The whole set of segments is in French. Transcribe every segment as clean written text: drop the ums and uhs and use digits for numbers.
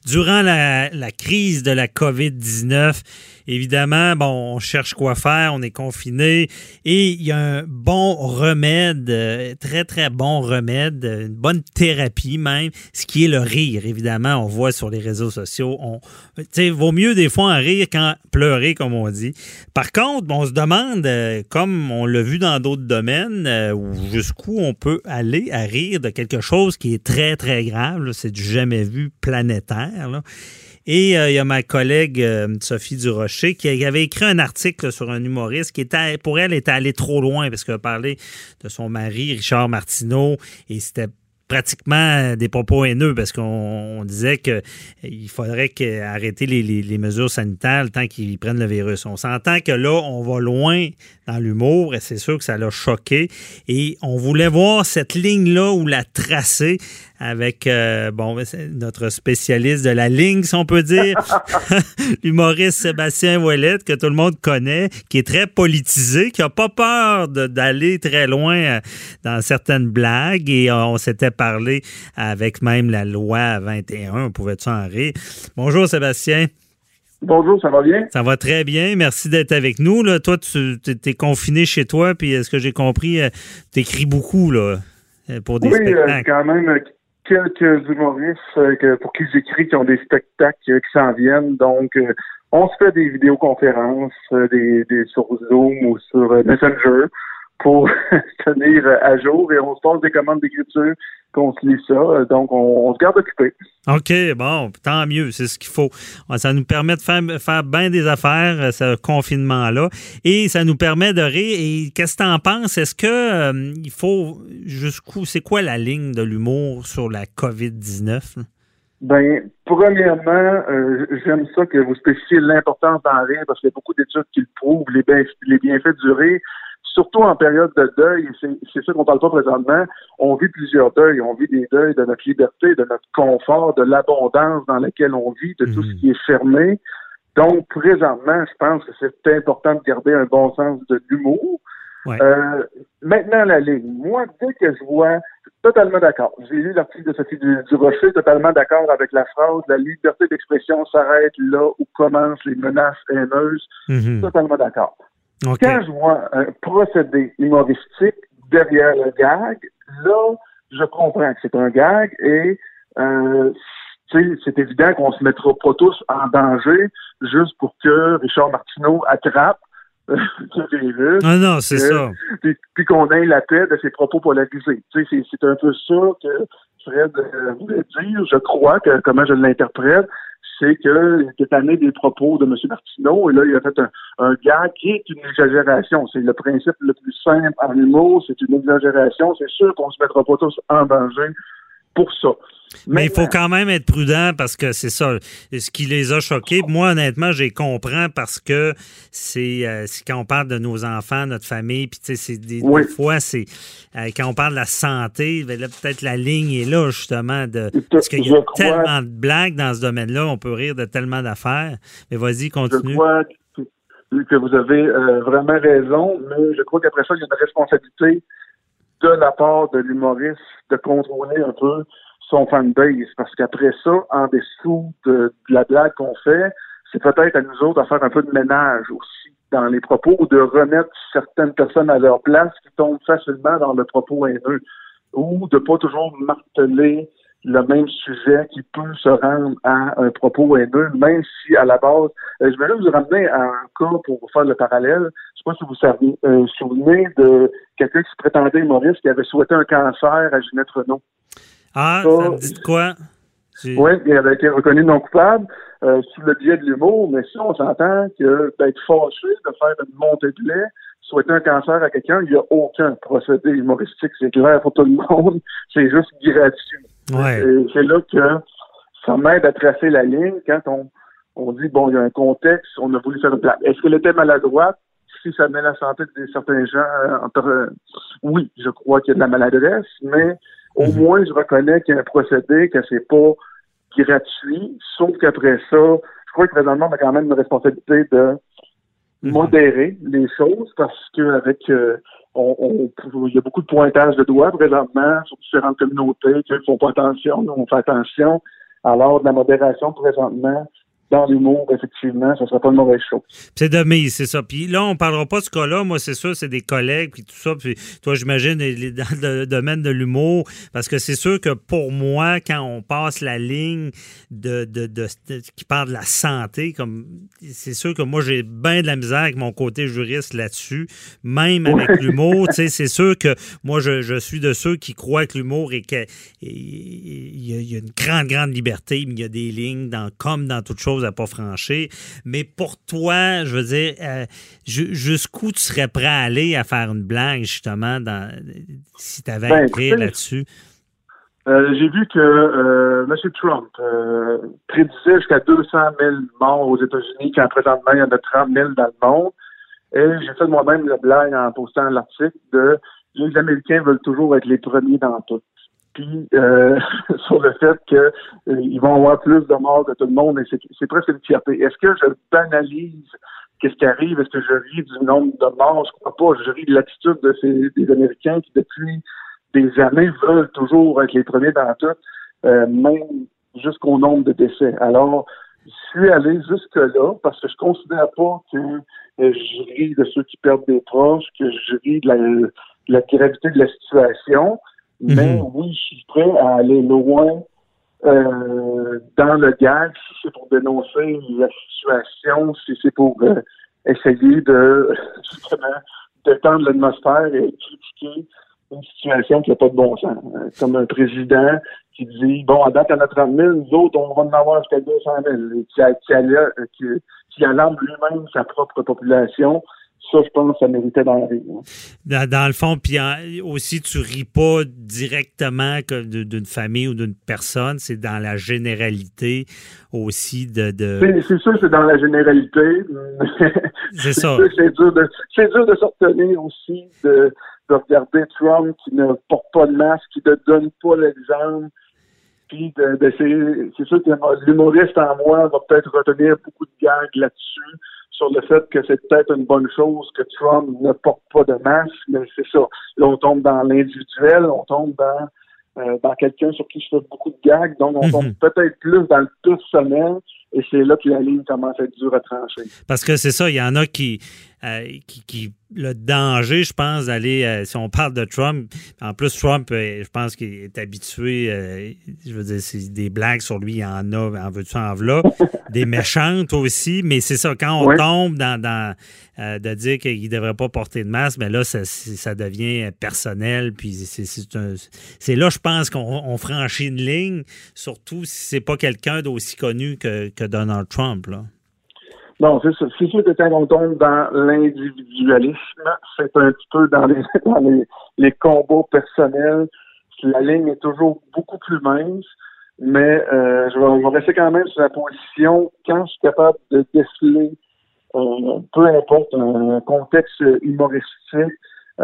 Durant la crise de la COVID-19, évidemment, on cherche quoi faire, on est confiné et il y a un bon remède, très, très bon remède, une bonne thérapie même, ce qui est le rire, évidemment. On voit sur les réseaux sociaux, vaut mieux des fois en rire qu'en pleurer, comme on dit. Par contre, on se demande, comme on l'a vu dans d'autres domaines, jusqu'où on peut aller à rire de quelque chose qui est très, très grave. Là, c'est du jamais vu planétaire. Là. Et il y a ma collègue Sophie Durocher qui avait écrit un article là, sur un humoriste qui était, pour elle, était allé trop loin parce qu'elle parlait de son mari, Richard Martineau, et c'était pratiquement des propos haineux parce qu'on disait qu'il faudrait arrêter les mesures sanitaires le temps qu'ils prennent le virus. On s'entend que là, on va loin dans l'humour et c'est sûr que ça l'a choqué. Et on voulait voir cette ligne-là ou la tracer avec notre spécialiste de la ligne, si on peut dire, l'humoriste Sébastien Ouellette, que tout le monde connaît, qui est très politisé, qui n'a pas peur d'aller très loin dans certaines blagues. Et on s'était parlé avec même la loi 21, on pouvait-tu en rire? Bonjour Sébastien. Bonjour, ça va bien? Ça va très bien. Merci d'être avec nous. Là, toi, tu es confiné chez toi, puis est-ce que j'ai compris, tu écris beaucoup là, pour des spectacles? Oui, quand même quelques humoristes pour qui j'écris qui ont des spectacles qui s'en viennent. Donc, on se fait des vidéoconférences sur Zoom ou sur Messenger pour se tenir à jour et on se passe des commandes d'écriture qu'on se lit ça. Donc, on se garde occupé. OK, bon, tant mieux, c'est ce qu'il faut. Ça nous permet de faire bien des affaires, ce confinement-là, et ça nous permet de rire. Et qu'est-ce que tu en penses? Est-ce que il faut jusqu'où? C'est quoi la ligne de l'humour sur la COVID-19? Ben, premièrement, j'aime ça que vous spécifiez l'importance d'en rire parce qu'il y a beaucoup d'études qui le prouvent, les bienfaits du rire. Surtout en période de deuil, c'est ça qu'on parle pas présentement, on vit plusieurs deuils. On vit des deuils de notre liberté, de notre confort, de l'abondance dans laquelle on vit, de tout ce qui est fermé. Donc, présentement, je pense que c'est important de garder un bon sens de l'humour. Ouais. Maintenant, la ligne. Moi, dès que je vois, totalement d'accord. J'ai lu l'article de Sophie Durocher, totalement d'accord avec la phrase « La liberté d'expression s'arrête là où commencent les menaces haineuses ». Totalement d'accord. Okay. Quand je vois un procédé humoristique derrière le gag, là, je comprends que c'est un gag et c'est évident qu'on se mettra pas tous en danger juste pour que Richard Martineau attrape le virus. Ah non, c'est ça. Puis qu'on ait la paix de ses propos polarisés. C'est un peu ça que Fred voulait dire. Je crois que, comment je l'interprète, c'est qu'il était tanné des propos de M. Martineau et là, il a fait un gag qui est une exagération. C'est le principe le plus simple en humour, c'est une exagération. C'est sûr qu'on se mettra pas tous en danger pour ça. Mais il faut quand même être prudent parce que c'est ça, ce qui les a choqués. Moi, honnêtement, j'y comprends parce que c'est quand on parle de nos enfants, notre famille, puis tu sais, des fois, c'est quand on parle de la santé, ben là, peut-être la ligne est là, justement, parce qu'il y a tellement de blagues dans ce domaine-là, on peut rire de tellement d'affaires. Mais vas-y, continue. Je crois que vous avez vraiment raison, mais je crois qu'après ça, il y a une responsabilité de la part de l'humoriste de contrôler un peu son fanbase, parce qu'après ça, en dessous de la blague qu'on fait, c'est peut-être à nous autres à faire un peu de ménage aussi dans les propos ou de remettre certaines personnes à leur place qui tombent facilement dans le propos haineux ou de pas toujours marteler le même sujet qui peut se rendre à un propos haineux, même si à la base, je vais juste vous ramener à un cas pour faire le parallèle. Je sais pas si vous vous souvenez de quelqu'un qui se prétendait humoriste qui avait souhaité un cancer à Ginette Renault. Ah, ça me dit de quoi? Oui, il avait été reconnu non coupable sous le biais de l'humour, mais si on s'entend que d'être fâché, de faire une montée de lait, souhaiter un cancer à quelqu'un, il n'y a aucun procédé humoristique, c'est clair pour tout le monde, c'est juste gratuit. Ouais. Et c'est là que ça m'aide à tracer la ligne quand on dit, bon, il y a un contexte, on a voulu faire une blague. Est-ce qu'elle était maladroite? Si ça met la santé de certains gens, oui, je crois qu'il y a de la maladresse, mais au moins, je reconnais qu'il y a un procédé, que c'est pas gratuit, sauf qu'après ça, je crois que présentement, on a quand même une responsabilité de modérer les choses parce qu'avec il y a beaucoup de pointage de doigts présentement sur différentes communautés qui ne font pas attention, nous on fait attention. Alors, de la modération présentement, dans l'humour, effectivement, ça ne serait pas une mauvaise chose. C'est de mise, c'est ça. Puis là, on ne parlera pas de ce cas-là. Moi, c'est sûr, c'est des collègues, puis tout ça. Puis toi, j'imagine, dans le domaine de l'humour, parce que c'est sûr que pour moi, quand on passe la ligne qui parle de la santé, comme c'est sûr que moi, j'ai bien de la misère avec mon côté juriste là-dessus, même avec l'humour. Tu sais, c'est sûr que moi, je suis de ceux qui croient que l'humour est il y a une grande, grande liberté, mais il y a des lignes comme dans toute chose à pas franchir. Mais pour toi, je veux dire, jusqu'où tu serais prêt à aller à faire une blague, justement, si tu avais à écrire là-dessus? J'ai vu que M. Trump prédisait jusqu'à 200 000 morts aux États-Unis, quand présentement, il y en a 30 000 dans le monde. Et j'ai fait moi-même la blague en postant l'article de les Américains veulent toujours être les premiers dans tout. Puis sur le fait que ils vont avoir plus de morts que tout le monde, et c'est presque une fierté. Est-ce que je banalise qu'est-ce qui arrive? Est-ce que je ris du nombre de morts? Je crois pas. Je ris de l'attitude des Américains qui, depuis des années, veulent toujours être les premiers dans tout, même jusqu'au nombre de décès. Alors, je suis allé jusque-là parce que je considère pas que je ris de ceux qui perdent des proches, que je ris de la gravité de la situation. Mais oui, je suis prêt à aller loin dans le gag, si c'est pour dénoncer la situation, si c'est pour essayer de justement détendre l'atmosphère et critiquer une situation qui n'a pas de bon sens. Comme un président qui dit, bon, à date, il y en a 30 000, nous autres, on va en avoir jusqu'à 200 000, qui alarme lui-même sa propre population. Ça, je pense que ça méritait d'en rire. Dans le fond, puis aussi, tu ris pas directement d'une famille ou d'une personne, c'est dans la généralité aussi C'est sûr que c'est dans la généralité. C'est ça. C'est dur de se retenir aussi de regarder Trump qui ne porte pas de masque, qui ne donne pas l'exemple. Puis c'est sûr que l'humoriste en moi va peut-être retenir beaucoup de gags là-dessus, sur le fait que c'est peut-être une bonne chose que Trump ne porte pas de masque, mais c'est ça. Là, on tombe dans l'individuel, on tombe dans quelqu'un sur qui je fais beaucoup de gags, donc on tombe peut-être plus dans le personnel, et c'est là que la ligne commence à être dure à trancher. Parce que c'est ça, il y en a qui le danger, je pense, d'aller, si on parle de Trump, en plus Trump, je pense qu'il est habitué, je veux dire, c'est des blagues sur lui, il y en a, en veux-tu, en v'là, des méchantes aussi, mais c'est ça, quand on tombe dans de dire qu'il ne devrait pas porter de masque, mais là, ça devient personnel, puis c'est là, je pense qu'on franchit une ligne, surtout si c'est pas quelqu'un d'aussi connu que Donald Trump, là. Non, c'est ça. C'est sûr que quand on tombe dans l'individualisme, c'est un petit peu dans les combats personnels. La ligne est toujours beaucoup plus mince, mais je vais rester quand même sur la position quand je suis capable de déceler, peu importe un contexte humoristique.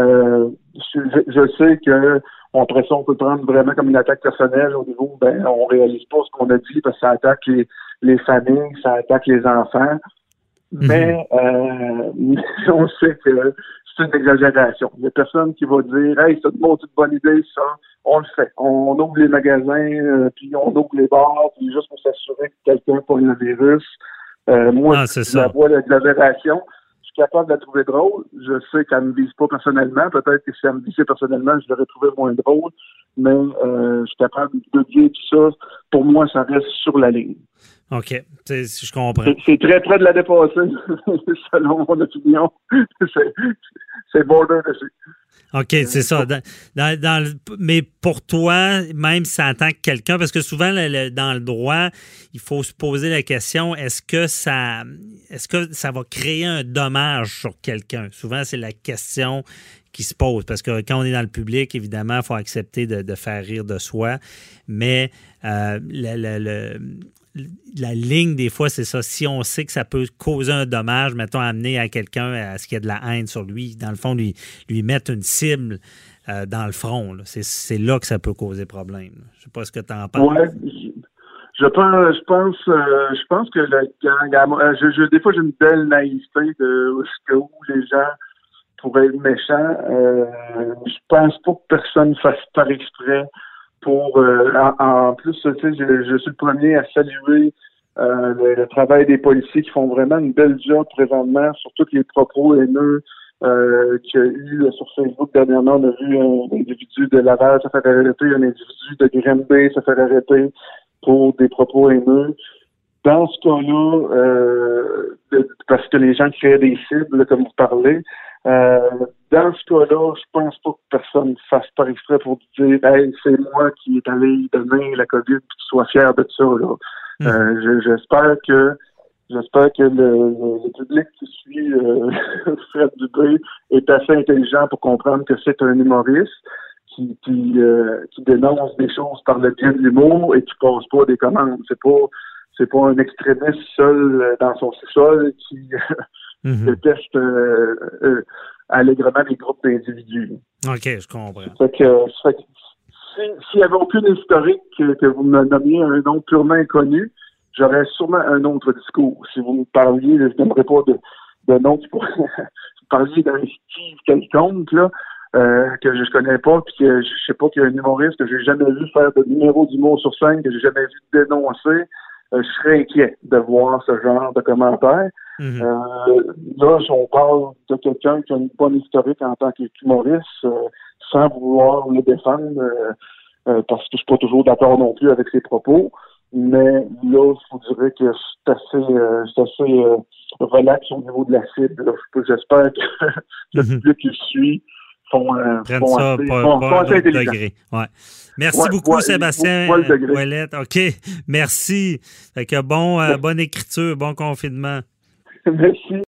Je sais que après ça, on peut prendre vraiment comme une attaque personnelle au niveau, on réalise pas ce qu'on a dit parce que ça attaque les familles, ça attaque les enfants. Mais on sait que c'est une exagération. Il y a personne qui va dire « Hey, c'est une bonne idée, ça. » On le fait. On ouvre les magasins, puis on ouvre les bars, puis juste pour s'assurer que quelqu'un pogne le virus. Moi, je la vois l'exagération. Je suis capable de la trouver drôle. Je sais qu'elle ne me vise pas personnellement. Peut-être que si elle me visait personnellement, je l'aurais trouvé moins drôle. Mais je suis capable de dire tout ça. Pour moi, ça reste sur la ligne. OK. Je comprends. C'est très près de la dépasser, selon mon opinion. C'est border dessus. OK, c'est ça. Mais pour toi, même si ça attaque quelqu'un, parce que souvent, dans le droit, il faut se poser la question, est-ce que ça va créer un dommage sur quelqu'un? Souvent, c'est la question qui se pose, parce que quand on est dans le public, évidemment, il faut accepter de faire rire de soi, mais la ligne, des fois, c'est ça. Si on sait que ça peut causer un dommage, mettons, amener à quelqu'un à ce qu'il y a de la haine sur lui, dans le fond, lui mettre une cible dans le front, là. C'est là que ça peut causer problème. Je sais pas ce que tu en penses. Ouais, je pense que le gang, des fois, j'ai une belle naïveté de où les gens pourraient être méchants. Je pense pas que personne fasse par exprès En plus, tu sais, je suis le premier à saluer le travail des policiers qui font vraiment une belle job présentement sur tous les propos haineux qu'il y a eu sur Facebook dernièrement. On a vu un individu de Laval se faire arrêter, un individu de Granby se faire arrêter pour des propos haineux. Dans ce cas-là, parce que les gens créaient des cibles, là, comme vous parlez, dans ce cas-là, je pense pas que personne fasse par exprès pour dire hey, c'est moi qui est allé donner la COVID et que tu sois fier de ça. Là. J'espère que le public qui suit Fred Dubé est assez intelligent pour comprendre que c'est un humoriste qui dénonce des choses par le biais de l'humour et qui pose pas des commandes. C'est pas un extrémiste seul dans son sous-sol qui déteste allègrement les groupes d'individus. OK, je comprends. S'il n'y avait aucune historique que vous me nommiez un nom purement inconnu, j'aurais sûrement un autre discours. Si vous me parliez, je n'aimerais pas de nom qui pourrait vous parliez d'un Steve quelconque, là, que je connais pas, puis que je sais pas qu'il y a un humoriste que j'ai jamais vu faire de numéro d'humour sur scène, que j'ai jamais vu dénoncer. Je serais inquiet de voir ce genre de commentaires. Là, on parle de quelqu'un qui a une bonne historique en tant qu'humoriste, sans vouloir le défendre, parce que je suis pas toujours d'accord non plus avec ses propos. Mais là, je vous dirais que c'est assez relax au niveau de la cible. Là. J'espère que le public qui suit font ça pas assez intelligent. Ouais. Merci beaucoup, Sébastien Ouellette. OK, merci. Fait que bonne écriture, bon confinement. Merci.